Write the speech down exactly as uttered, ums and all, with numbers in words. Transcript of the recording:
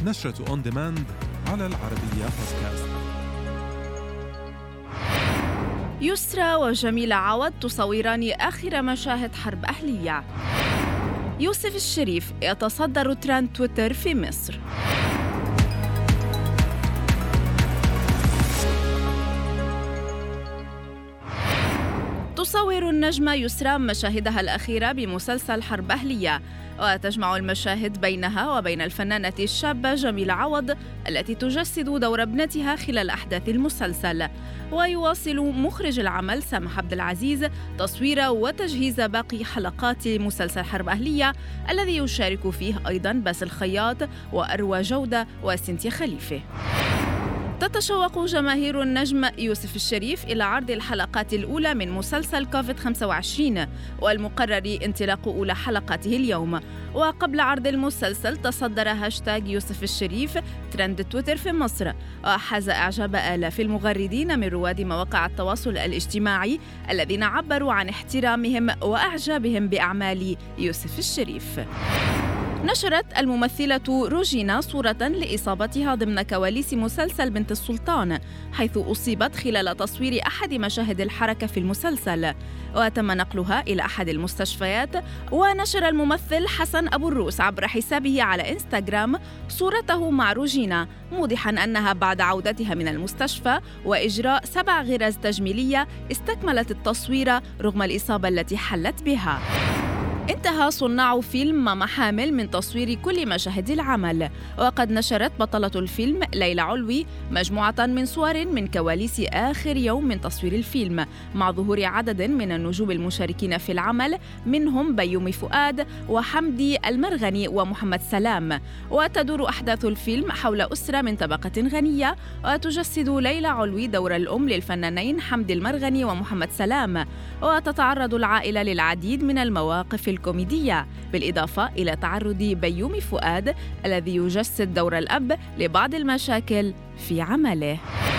نشرة أون ديماند على العربية بودكاست. يسرى وجميلة عوض تصوران آخر مشاهد حرب أهلية. يوسف الشريف يتصدر ترند تويتر في مصر. تصور النجمة يسرى مشاهدها الأخيرة بمسلسل حرب أهلية، وتجمع المشاهد بينها وبين الفنانة الشابة جميلة عوض التي تجسد دور ابنتها خلال أحداث المسلسل. ويواصل مخرج العمل سامح عبد العزيز تصوير وتجهيز باقي حلقات مسلسل حرب أهلية الذي يشارك فيه أيضاً باسل الخياط وأروى جودة وسنتيا خليفة. تتشوق جماهير النجم يوسف الشريف إلى عرض الحلقات الأولى من مسلسل كوفيد خمسة وعشرين، والمقرر انطلاق أولى حلقاته اليوم. وقبل عرض المسلسل تصدر هاشتاغ يوسف الشريف ترند تويتر في مصر، وحاز إعجاب آلاف المغردين من رواد مواقع التواصل الاجتماعي الذين عبروا عن احترامهم وإعجابهم بأعمال يوسف الشريف. نشرت الممثلة روجينا صورة لإصابتها ضمن كواليس مسلسل بنت السلطان، حيث أصيبت خلال تصوير أحد مشاهد الحركة في المسلسل، وتم نقلها إلى أحد المستشفيات. ونشر الممثل حسن أبو الروس عبر حسابه على إنستغرام صورته مع روجينا، موضحاً أنها بعد عودتها من المستشفى وإجراء سبع غرز تجميلية استكملت التصوير رغم الإصابة التي حلت بها. انتهى صناع فيلم ماما حامل من تصوير كل مشاهد العمل، وقد نشرت بطلة الفيلم ليلى علوي مجموعة من صور من كواليس آخر يوم من تصوير الفيلم، مع ظهور عدد من النجوم المشاركين في العمل، منهم بيومي فؤاد وحمدي المرغني ومحمد سلام. وتدور أحداث الفيلم حول أسرة من طبقة غنية، وتجسد ليلى علوي دور الأم للفنانين حمدي المرغني ومحمد سلام، وتتعرض العائلة للعديد من المواقف الكوميدية، بالإضافة إلى تعرض بيومي فؤاد الذي يجسد دور الأب لبعض المشاكل في عمله.